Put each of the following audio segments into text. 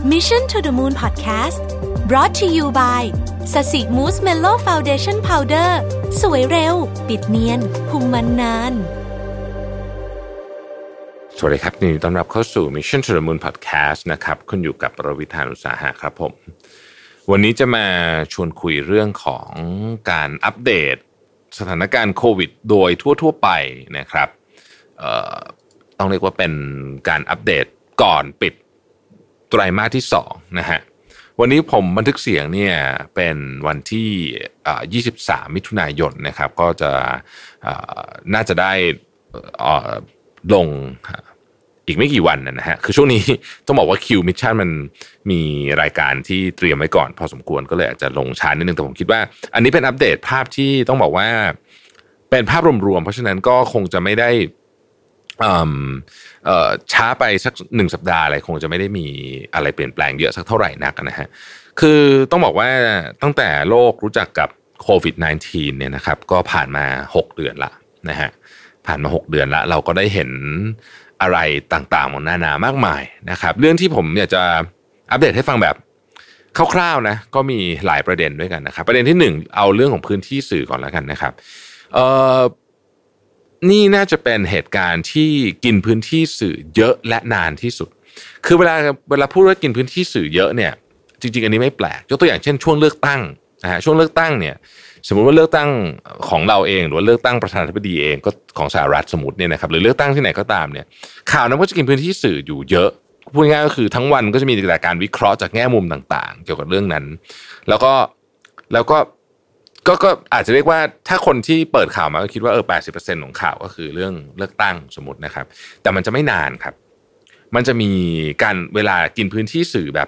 Mission to the Moon Podcast brought to you by สสิมูสเมโล่ฟาวเดชั่นพาวเดอร์สวยเร็วปิดเนียนคุมมันนานสวัสดีครับยินดีต้อนรับเข้าสู่ Mission to the Moon Podcast นะครับคุณอยู่กับประวิทย์ หาญอุตสาหะครับผมวันนี้จะมาชวนคุยเรื่องของการอัปเดตสถานการณ์โควิดโดยทั่วไปนะครับต้องเรียกว่าเป็นการอัปเดตก่อนปิดไตรมาสที่2นะฮะวันนี้ผมบันทึกเสียงเนี่ยเป็นวันที่23มิถุนายนนะครับก็จะน่าจะได้ลงอีกไม่กี่วันนะฮะคือช่วงนี้ต้องบอกว่าคิวมิชชั่นมันมีรายการที่เตรียมไว้ก่อนพอสมควรก็เลยอาจจะลงช้านิดนึงแต่ผมคิดว่าอันนี้เป็นอัปเดตภาพที่ต้องบอกว่าเป็นภาพรวมๆเพราะฉะนั้นก็คงจะไม่ได้ช้าไปสัก1สัปดาห์อะไรคงจะไม่ได้มีอะไรเปลี่ยนแปลงเยอะสักเท่าไหร่นักนะฮะคือต้องบอกว่าตั้งแต่โลกรู้จักกับโควิด -19 เนี่ยนะครับก็ผ่านมา6เดือนละนะฮะผ่านมา6เดือนละเราก็ได้เห็นอะไรต่างๆของนานามากมายนะครับเรื่องที่ผมอยากจะอัปเดตให้ฟังแบบคร่าวๆนะก็มีหลายประเด็นด้วยกันนะครับประเด็นที่1เอาเรื่องของพื้นที่สื่อก่อนแล้วกันนะครับนี่น่าจะเป็นเหตุการณ์ที่กินพื้นที่สื่อเยอะและนานที่สุดคือเวลาพูดว่ากินพื้นที่สื่อเยอะเนี่ยจริงๆอันนี้ไม่แปลกยกตัวอย่างเช่นช่วงเลือกตั้งนะฮะช่วงเลือกตั้งเนี่ยสมมุติว่าเลือกตั้งของเราเองหรือว่าเลือกตั้งประธานาธิบดีเองก็ของสหรัฐสมมุติเนี่ยนะครับหรือเลือกตั้งที่ไหนก็ตามเนี่ยข่าวนั้นก็จะกินพื้นที่สื่ออยู่เยอะพูดง่ายๆก็คือทั้งวันก็จะมีแต่การวิเคราะห์จากแง่มุมต่างๆเกี่ยวกับเรื่องนั้นแล้วก็อาจจะเรียกว่าถ้าคนที่เปิดข่าวมาก็คิดว่า80% ของข่าวก็คือเรื่องเลือกตั้งสมมุตินะครับแต่มันจะไม่นานครับมันจะมีการเวลากินพื้นที่สื่อแบบ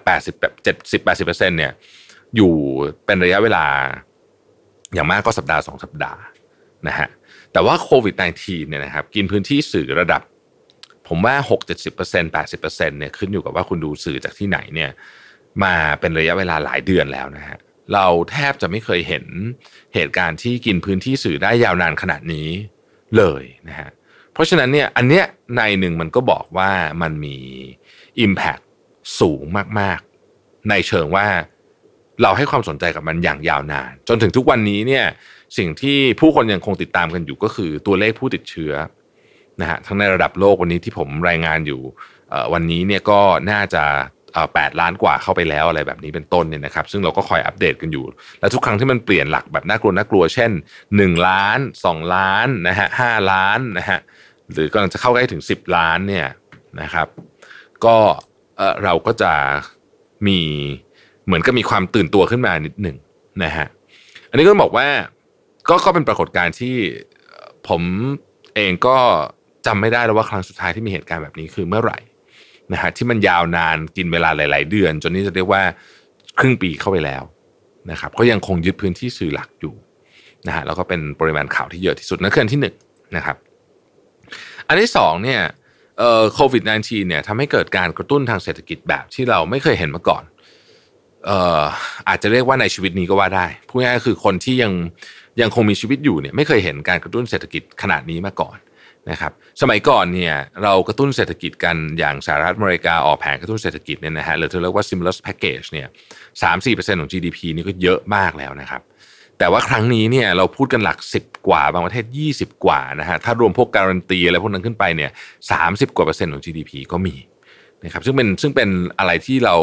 80% เนี่ยอยู่เป็นระยะเวลาอย่างมากก็สัปดาห์2สัปดาห์นะฮะแต่ว่าโควิด -19 เนี่ยนะครับกินพื้นที่สื่อระดับผมว่า 60% 80% เนี่ยขึ้นอยู่กับว่าคุณดูสื่อจากที่ไหนเนี่ยมาเป็นระยะเวลาหลายเดือนแล้วนะฮะเราแทบจะไม่เคยเห็นเหตุการณ์ที่กินพื้นที่สื่อได้ยาวนานขนาดนี้เลยนะฮะเพราะฉะนั้นเนี่ยอันเนี้ยในหนึ่งมันก็บอกว่ามันมี impact สูงมากๆในเชิงว่าเราให้ความสนใจกับมันอย่างยาวนานจนถึงทุกวันนี้เนี่ยสิ่งที่ผู้คนยังคงติดตามกันอยู่ก็คือตัวเลขผู้ติดเชื้อนะฮะทั้งในระดับโลกวันนี้ที่ผมรายงานอยู่วันนี้เนี่ยก็น่าจะ8 ล้านกว่าเข้าไปแล้วอะไรแบบนี้เป็นต้นเนี่ยนะครับซึ่งเราก็คอยอัปเดตกันอยู่และทุกครั้งที่มันเปลี่ยนหลักแบบน่ากลัวเช่น1ล้าน2ล้านนะฮะ5ล้านนะฮะหรือกำลังจะเข้าใกล้ถึง10ล้านเนี่ยนะครับก็เราก็จะมีเหมือนกับมีความตื่นตัวขึ้นมานิดหนึ่งนะฮะอันนี้ก็ต้องบอกว่าก็เป็นปรากฏการณ์ที่ผมเองก็จำไม่ได้แล้วว่าครั้งสุดท้ายที่มีเหตุการณ์แบบนี้คือเมื่อไหร่นะฮะที่มันยาวนานกินเวลาหลายๆเดือนจนนี้จะเรียกว่าครึ่งปีเข้าไปแล้วนะครับก็ยังคงยึดพื้นที่สื่อหลักอยู่นะฮะแล้วก็เป็นปริมาณข่าวที่เยอะที่สุดนั่นคืออันที่1นะครับอันที่2เนี่ยโควิด -19 เนี่ยทำให้เกิดการกระตุ้นทางเศรษฐกิจแบบที่เราไม่เคยเห็นมาก่อนอาจจะเรียกว่าในชีวิตนี้ก็ว่าได้พูดง่ายๆคือคนที่ยังคงมีชีวิตอยู่เนี่ยไม่เคยเห็นการกระตุ้นเศรษฐกิจขนาดนี้มาก่อนนะครับสมัยก่อนเนี่ยเรากระตุ้นเศรษฐกิจกันอย่างสหรัฐอเมริกาออกแผนกระตุ้นเศรษฐกิจเนี่ยนะฮะหรือที่เรียกว่า stimulus package เนี่ย 3-4% ของ GDP นี่ก็เยอะมากแล้วนะครับแต่ว่าครั้งนี้เนี่ยเราพูดกันหลัก10กว่าบางประเทศ20กว่านะฮะถ้ารวมพวกการันตีอะไรพวกนั้นขึ้นไปเนี่ย30กว่า%ของ GDP ก็มีนะครับซึ่งเป็นอะไรที่เรา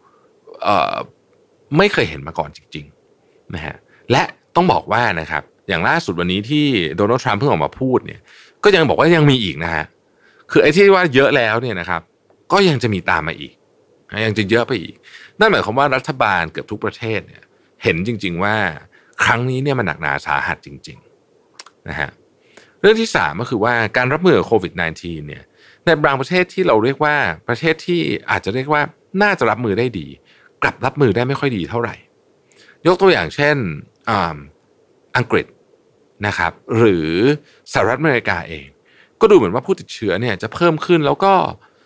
ไม่เคยเห็นมาก่อนจริงๆนะฮะและต้องบอกว่านะครับอย่างล่าสุดวันนี้ที่โดนัลด์ทรัมป์เพิ่งออกมาพูดเนี่ยก็ยังบอกว่ายังมีอีกนะฮะคือไอ้ที่ว่าเยอะแล้วเนี่ยนะครับก็ยังจะมีตามมาอีกยังจะเยอะไปอีกนั่นหมายความว่ารัฐบาลเกือบทุกประเทศเนี่ยเห็นจริงๆว่าครั้งนี้เนี่ยมันหนักหนาสาหัสจริงๆนะฮะเรื่องที่3ก็คือว่าการรับมือกับโควิด -19 เนี่ยในบางประเทศที่เราเรียกว่าประเทศที่อาจจะเรียกว่าน่าจะรับมือได้ดีกลับรับมือได้ไม่ค่อยดีเท่าไหร่ยกตัวอย่างเช่นอังกฤษนะครับหรือสหรัฐอเมริกาเองก็ดูเหมือนว่าผู้ติดเชื้อเนี่ยจะเพิ่มขึ้นแล้วก็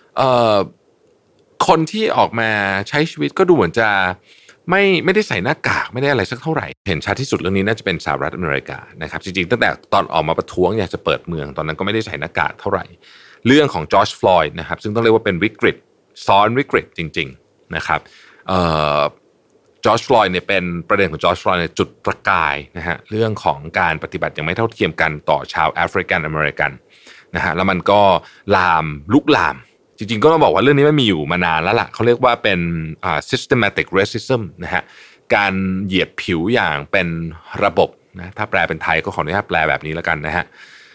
คนที่ออกมาใช้ชีวิตก็ดูเหมือนจะไม่ได้ใส่หน้ากากไม่ได้อะไรสักเท่าไหร่เห็นชัดที่สุดเรื่องนี้น่าจะเป็นสหรัฐอเมริกานะครับจริงๆตั้งแต่ตอนออกมาประท้วงอยากจะเปิดเมืองตอนนั้นก็ไม่ได้ใส่หน้ากากเท่าไหร่เรื่องของจอร์จฟลอยด์นะครับซึ่งต้องเรียกว่าเป็นวิกฤตซ้อนวิกฤตจริงๆนะครับจอร์จฟลอยด์เนี่ยเป็นประเด็นของจอร์จฟลอยด์ในจุดประกายนะฮะเรื่องของการปฏิบัติอย่างไม่เท่าเทียมกันต่อชาวแอฟริกันอเมริกันนะฮะแล้วมันก็ลุกลามจริงๆก็ต้องบอกว่าเรื่องนี้มันมีอยู่มานานแล้วล่ะเขาเรียกว่าเป็นsystematic racism นะฮะการเหยียดผิวอย่างเป็นระบบนะถ้าแปลเป็นไทยก็ขออนุญาตแปลแบบนี้แล้วกันนะฮะ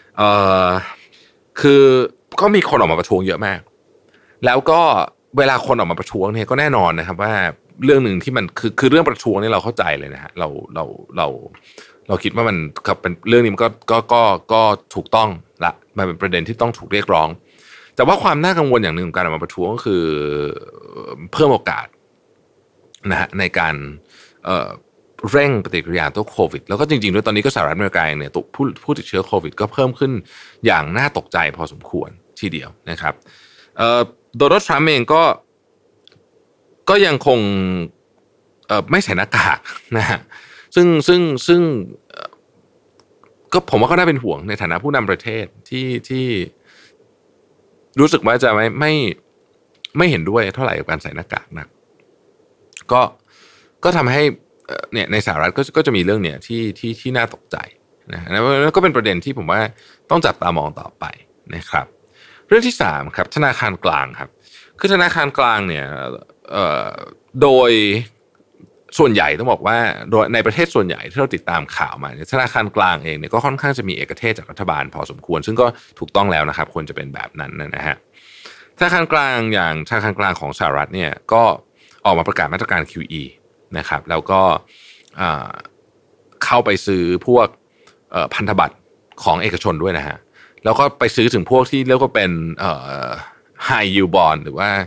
คือก็มีคนออกมาประท้วงเยอะมากแล้วก็เวลาคนออกมาประท้วงเนี่ยก็แน่นอนนะครับว่าเรื่องหนึ่งที่มันคือเรื่องประท้วงนี่เราเข้าใจเลยนะฮะเราคิดว่ามันเป็นเรื่องนี้มันก็ถูกต้องละมันเป็นประเด็นที่ต้องถูกเรียกร้องแต่ว่าความน่ากังวลอย่างหนึ่งของการออกมาประท้วงก็คือเพิ่มโอกาสนะฮะในการเร่งปฏิกิริยาต่อโควิดแล้วก็จริงๆด้วยตอนนี้ก็สหรัฐอเมริกาเนี่ยผู้ติดเชื้อโควิดก็เพิ่มขึ้นอย่างน่าตกใจพอสมควรทีเดียวนะครับโดนัลด์ทรัมป์เองก็ยังคงไม่ใส่หน้ากากนะฮะซึ่งก็ผมว่าก็น่าเป็นห่วงในฐานะผู้นำประเทศที่รู้สึกว่าจะไม่เห็นด้วยเท่าไหร่กับการใส่หน้ากากนักก็ทำให้เนี่ยในสหรัฐก็จะมีเรื่องเนี่ยที่น่าตกใจนะแล้วก็เป็นประเด็นที่ผมว่าต้องจับตามองต่อไปนะครับเรื่องที่3ครับธนาคารกลางครับคือธนาคารกลางเนี่ยโดยส่วนใหญ่ต้องบอกว่าโดยในประเทศส่วนใหญ่ที่เราติดตามข่าวมาธนาคารกลางเองเนี่ยก็ค่อนข้างจะมีเอกเทศจากรัฐบาลพอสมควรซึ่งก็ถูกต้องแล้วนะครับควรจะเป็นแบบนั้นนะฮะธนาคารกลางอย่างธนาคารกลางของสหรัฐเนี่ยก็ออกมาประกาศมาตรการ QE นะครับแล้วก็เข้าไปซื้อพวกพันธบัตรของเอกชนด้วยนะฮะแล้วก็ไปซื้อถึงพวกที่เรียกว่าเป็นhigh yield bond หรือว่า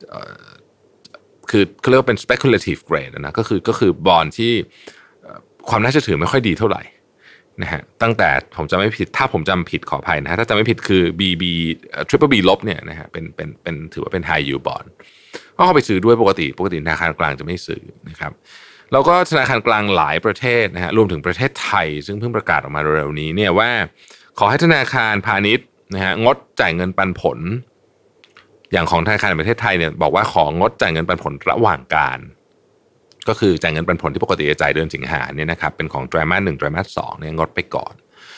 คือเขาเรียกว่าเป็น speculative grade นะก็คือบอนด์ที่ความน่าเชื่อถือไม่ค่อยดีเท่าไหร่นะฮะตั้งแต่ผมจำไม่ผิดถ้าผมจำผิดขออภัยนะฮะถ้าจำไม่ผิดคือ triple B ลบเนี่ยนะฮะเป็นถือว่าเป็น high yield bond ก็เข้าไปซื้อด้วยปกติธนาคารกลางจะไม่ซื้อนะครับแล้วก็ธนาคารกลางหลายประเทศนะฮะรวมถึงประเทศไทยซึ่งเพิ่งประกาศออกมาเร็วๆนี้เนี่ยว่าขอให้ธนาคารพาณิชย์นะฮะงดจ่ายเงินปันผลอย่างของธนาคารแห่งประเทศไทยเนี่ยบอกว่าของดจ่ายเงินปันผลระหว่างการก็คือจ่ายเงินปันผลที่ปกติจะจ่ายเดือนสิงหาเนี่ยนะครับเป็นของไตรมาส1ไตรมาส2เนี่ยงดไปก่อน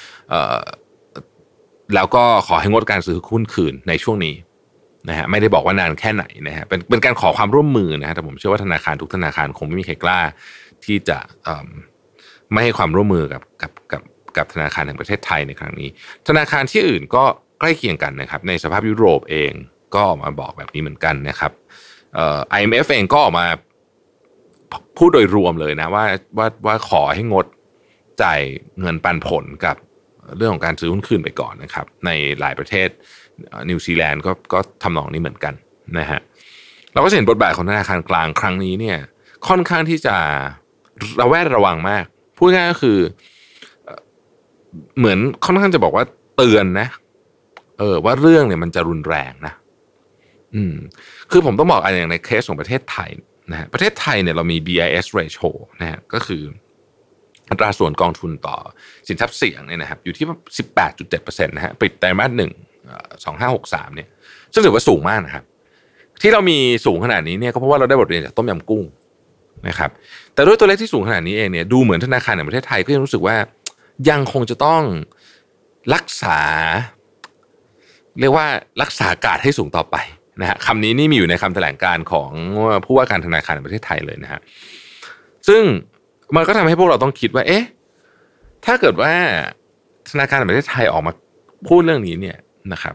แล้วก็ขอให้งดการซื้อหุ้นคืนในช่วงนี้นะฮะไม่ได้บอกว่านานแค่ไหนนะฮะเป็นการขอความร่วมมือนะฮะแต่ผมเชื่อว่าธนาคารทุกธนาคารคงไม่มีใครกล้าที่จะไม่ให้ความร่วมมือกับธนาคารแห่งประเทศไทยในครั้งนี้ธนาคารที่อื่นก็ใกล้เคียงกันนะครับในสภาพยุโรปเองก็ออกมาบอกแบบนี้เหมือนกันนะครับIMF เองก็ออกมาพูดโดยรวมเลยนะว่าขอให้งดจ่ายเงินปันผลกับเรื่องของการซื้อหุ้นคืนไปก่อนนะครับในหลายประเทศนิวซีแลนด์ก็ทำนองนี้เหมือนกันนะฮะเราก็เห็นบทบาทของธนาคารกลางครั้งนี้เนี่ยค่อนข้างที่จะระแวดระวังมากพูดง่ายก็คือเหมือนค่อนข้างจะบอกว่าเตือนนะว่าเรื่องเนี่ยมันจะรุนแรงนะคือผมต้องบอกอะไรอย่างในเคสของประเทศไทยนะฮะประเทศไทยเนี่ยเรามี BIS ratio นะฮะก็คืออัตราส่วนกองทุนต่อสินทรัพย์เสี่ยงเนี่ยนะครับอยู่ที่ 18.7% นะฮะปิดไตรมาส1 2563เนี่ยซึ่งถือว่าสูงมากนะครับที่เรามีสูงขนาดนี้เนี่ยก็เพราะว่าเราได้บทเรียนจากต้มยำกุ้งนะครับแต่ด้วยตัวเลขที่สูงขนาดนี้เองเนี่ยดูเหมือนธนาคารแห่งประเทศไทยก็ยังรู้สึกว่ายังคงจะต้องรักษาเรียกว่ารักษาการให้สูงต่อไปนะฮะคำนี้นี่มีอยู่ในคำแถลงการของผู้ว่าการธนาคารแห่งประเทศไทยเลยนะฮะซึ่งมันก็ทำให้พวกเราต้องคิดว่าเอ๊ะถ้าเกิดว่าธนาคารแห่งประเทศไทยออกมาพูดเรื่องนี้เนี่ยนะครับ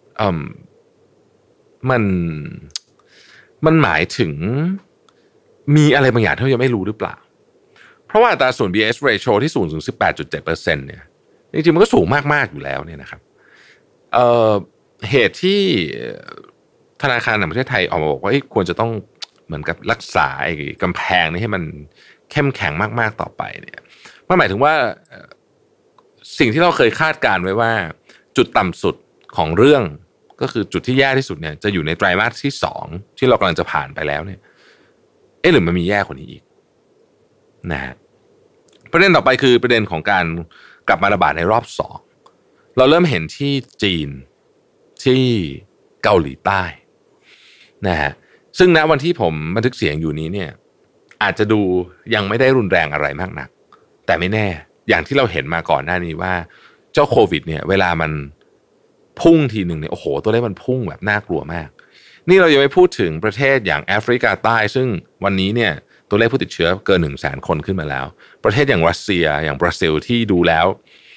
มันหมายถึงมีอะไรบางอย่างที่เรายังไม่รู้หรือเปล่าเพราะว่าอัตราส่วน BIS ratio ที่สูงถึง 18.7% เนี่ยจริงๆมันก็สูงมากๆอยู่แล้วเนี่ยนะครับเหตุที่ธนาคารแห่งประเทศไทยออกมาบอกว่าควรจะต้องเหมือนกับรักษาไอ้กำแพงนี้ให้มันเข้มแข็งมากๆต่อไปเนี่ยมันหมายถึงว่าสิ่งที่เราเคยคาดการไว้ว่าจุดต่ำสุดของเรื่องก็คือจุดที่แย่ที่สุดเนี่ยจะอยู่ในไตรมาสที่2ที่เรากำลังจะผ่านไปแล้วเนี่ยหรือมันมีแย่กว่านี้อีกนะฮะประเด็นต่อไปคือประเด็นของการกลับมาระบาดในรอบ2เราเริ่มเห็นที่จีนที่เกาหลีใต้นะฮะซึ่งณวันที่ผมบันทึกเสียงอยู่นี้เนี่ยอาจจะดูยังไม่ได้รุนแรงอะไรมากนักแต่ไม่แน่อย่างที่เราเห็นมาก่อนหน้านี้ว่าเจ้าโควิดเนี่ยเวลามันพุ่งทีหนึ่งเนี่ยโอ้โหตัวเลขมันพุ่งแบบน่ากลัวมากนี่เรายังไม่พูดถึงประเทศอย่างแอฟริกาใต้ซึ่งวันนี้เนี่ยตัวเลขผู้ติดเชื้อเกิน 100,000 คนขึ้นมาแล้วประเทศอย่างรัสเซียอย่างบราซิลที่ดูแล้ว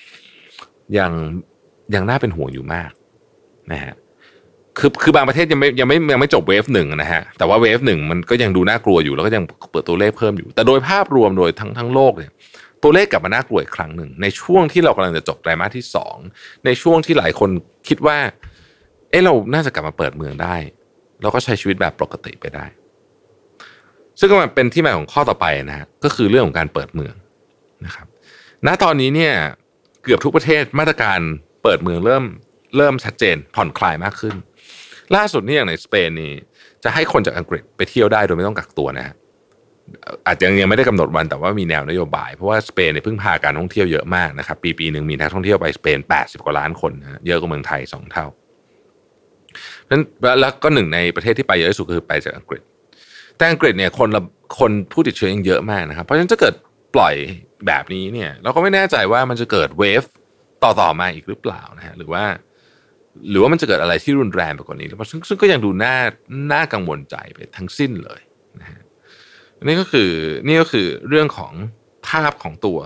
ยังน่าเป็นห่วงอยู่มากนะฮะคือบางประเทศยังไม่จบเวฟหนึ่งนะฮะแต่ว่าเวฟหนึ่งมันก็ยังดูน่ากลัวอยู่แล้วก็ยังเปิดตัวเลขเพิ่มอยู่แต่โดยภาพรวมโดยทั้งโลกเนี่ยตัวเลขกลับมาน่ากลัวอีกครั้งหนึ่งในช่วงที่เรากำลังจะจบไตรมาสที่2ในช่วงที่หลายคนคิดว่าเราน่าจะกลับมาเปิดเมืองได้แล้วก็ใช้ชีวิตแบบปกติไปได้ซึ่งก็เป็นที่มาของข้อต่อไปนะฮะก็คือเรื่องของการเปิดเมืองนะครับณตอนนี้เนี่ยเกือบทุกประเทศมาตรการเปิดเมืองเริ่มชัดเจนผ่อนคลายมากขึ้นล่าสุดนี่อย่างในสเปนนี่จะให้คนจากอังกฤษไปเที่ยวได้โดยไม่ต้องกักตัวนะฮะอาจจะยังไม่ได้กำหนดวันแต่ว่ามีแนวนโยบายเพราะว่าสเปนเนี่ยเพิ่งพาการท่องเที่ยวเยอะมากนะครับปีนึงมีนักท่องเที่ยวไปสเปน80 กว่าล้านคนนะเยอะกว่าเมืองไทย2 เท่านั้นแล้วก็หนึ่งในประเทศที่ไปเยอะที่สุดคือไปจากอังกฤษแต่อังกฤษเนี่ยคนผู้ติดเชื้อยังเยอะมากนะครับเพราะฉะนั้นจะเกิดปล่อยแบบนี้เนี่ยเราก็ไม่แน่ใจว่ามันจะเกิดเวฟต่อมาอีกหรือเปล่านะฮะหรือว่ามันจะเกิดอะไรที่รุนแรงไปกว่านี้หรือเปล่าซึ่งก็ยังดูน่ากังวลใจไปทั้งสิ้นเลยนะฮะนี่ก็คือเรื่องของภาพของตัว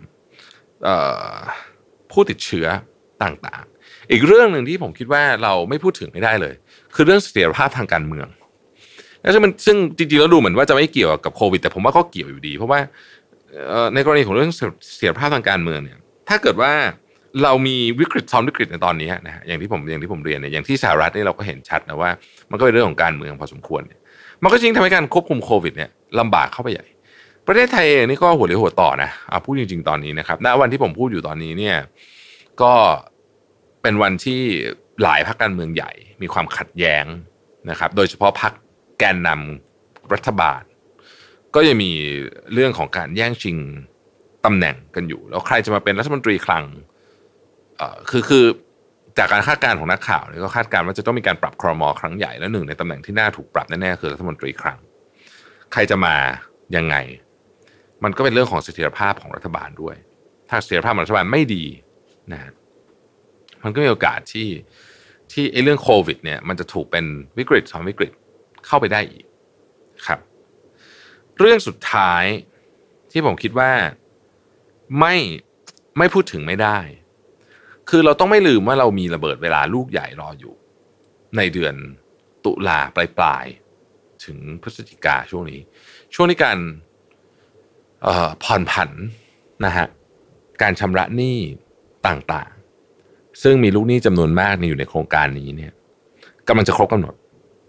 ผู้ติดเชื้อต่างๆอีกเรื่องหนึ่งที่ผมคิดว่าเราไม่พูดถึงไม่ได้เลยคือเรื่องเสถียรภาพทางการเมืองซึ่งจริงๆแล้วดูเหมือนว่าจะไม่เกี่ยวกับโควิดแต่ผมว่าก็เกี่ยวอยู่ดีเพราะว่าในกรณีของเรื่องเสถียรภาพทางการเมืองเนี่ยถ้าเกิดว่าเรามีวิกฤตซ้อนวิกฤตในตอนนี้นะฮะอย่างที่ผมเรียนเนี่ยอย่างที่สหรัฐนี่เราก็เห็นชัดนะว่ามันก็เป็นเรื่องของการเมืองพอสมควรเนี่ยมันก็จริงทำให้การควบคุมโควิดเนี่ยลำบากเข้าไปใหญ่ประเทศไทยเองนี่ก็หัวเรียวหัวต่อนะพูดจริงๆตอนนี้นะครับณวันที่ผมพูดอยู่ตอนนี้เนี่ยก็เป็นวันที่หลายพรรคการเมืองใหญ่มีความขัดแย้งนะครับโดยเฉพาะพรรคแกนนำรัฐบาลก็ยังมีเรื่องของการแย่งชิงตำแหน่งกันอยู่แล้วใครจะมาเป็นรัฐมนตรีคลังคือจากการคาดการณ์ของนักข่าวเนี่ยก็คาดการณ์ว่าจะต้องมีการปรับครม.ครั้งใหญ่แล้วหนึ่งในตำแหน่งที่น่าถูกปรับแน่ๆคือรัฐมนตรีคลังใครจะมายังไงมันก็เป็นเรื่องของเสถียรภาพของรัฐบาลด้วยถ้าเสถียรภาพของรัฐบาลไม่ดีนะมันก็มีโอกาสที่ไอ้เรื่องโควิดเนี่ยมันจะถูกเป็นวิกฤตซ้อนวิกฤตเข้าไปได้อีกครับเรื่องสุดท้ายที่ผมคิดว่าไม่พูดถึงไม่ได้คือเราต้องไม่ลืมว่าเรามีระเบิดเวลาลูกใหญ่รออยู่ในเดือนตุลาปลายถึงพฤศจิกาช่วงนี้การผ่อนผันนะฮะการชำระหนี้ต่างๆซึ่งมีลูกหนี้จำนวนมากอยู่ในโครงการนี้เนี่ยกำลังจะครบกำหนด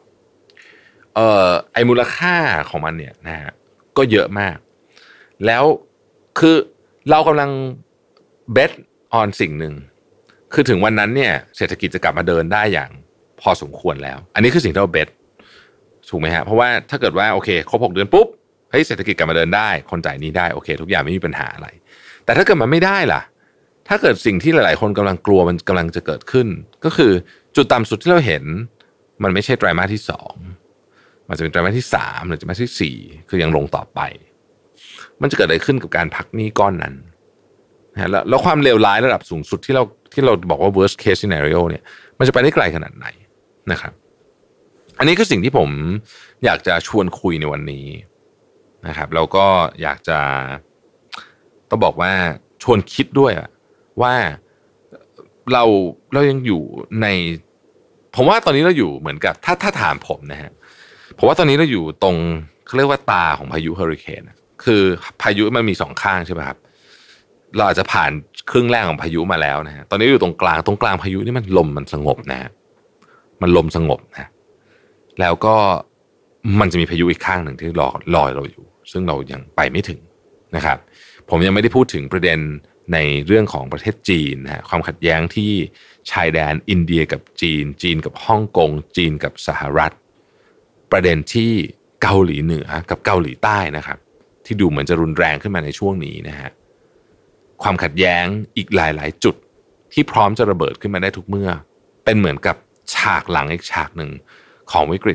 ไอ้มูลค่าของมันเนี่ยนะฮะก็เยอะมากแล้วคือเรากำลังเบทออนสิ่งหนึ่งคือถึงวันนั้นเนี่ยเศรษฐกิจจะกลับมาเดินได้อย่างพอสมควรแล้วอันนี้คือสิ่งที่เราเบทถูกไหมฮะเพราะว่าถ้าเกิดว่าโอเคครบ6 เดือนปุ๊บเฮ้ยเศรษฐกิจกลับมาเดินได้คนจ่ายหนี้ได้โอเคทุกอย่างไม่มีปัญหาอะไรแต่ถ้าเกิดมันไม่ได้ล่ะถ้าเกิดสิ่งที่หลายๆคนกำลังกลัวมันกำลังจะเกิดขึ้นก็คือจุดต่ำสุดที่เราเห็นมันไม่ใช่ไตรมาสที่2มันจะเป็นไตรมาสที่3หรือไตรมาสที่4คือยังลงต่อไปมันจะเกิดอะไรขึ้นกับการพักหนี้ก้อนนั้นนะแล้วความเลวร้ายระดับสูงสุดที่เราบอกว่า worst case scenario เนี่ยมันจะไปได้ไกลขนาดไหนนะครับอันนี้คือสิ่งที่ผมอยากจะชวนคุยในวันนี้นะครับแล้วก็อยากจะต้องบอกว่าชวนคิดด้วยว่าเรายังอยู่ในผมว่าตอนนี้เราอยู่เหมือนกับถ้าถามผมนะฮะผมว่าตอนนี้เราอยู่ตรงเขาเรียกว่าตาของพายุเฮอริเคนคือพายุมันมี2ข้างใช่ไหมครับเราอาจจะผ่านครึ่งแรกของพายุมาแล้วนะฮะตอนนี้อยู่ตรงกลางพายุนี่มันลมมันสงบนะฮะมันลมสงบนะแล้วก็มันจะมีพายุอีกข้างหนึ่งที่รอเราอยู่ซึ่งเรายังไปไม่ถึงนะครับผมยังไม่ได้พูดถึงประเด็นในเรื่องของประเทศจีนนะฮะความขัดแย้งที่ชายแดนอินเดียกับจีนกับฮ่องกงจีนกับสหรัฐประเด็นที่เกาหลีเหนือกับเกาหลีใต้นะครับที่ดูเหมือนจะรุนแรงขึ้นมาในช่วงนี้นะฮะความขัดแย้งอีกหลายๆจุดที่พร้อมจะระเบิดขึ้นมาได้ทุกเมื่อเป็นเหมือนกับฉากหลังอีกฉากหนึ่งของวิกฤต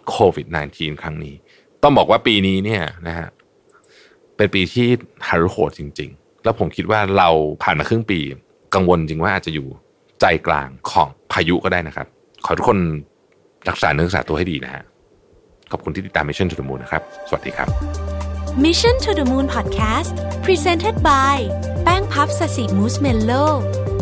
โควิด -19 ครั้งนี้ต้องบอกว่าปีนี้เนี่ยนะฮะเป็นปีที่หารุโหดจริงๆแล้วผมคิดว่าเราผ่านมาครึ่งปีกังวลจริงว่าอาจจะอยู่ใจกลางของพายุก็ได้นะครับขอทุกคนรักษาเนื้อรักษาตัวให้ดีนะฮะขอบคุณที่ติดตาม Mission to the Moon นะครับสวัสดีครับ Mission to the Moon Podcast Presented by แป้งพับสสิมูสเมลโล่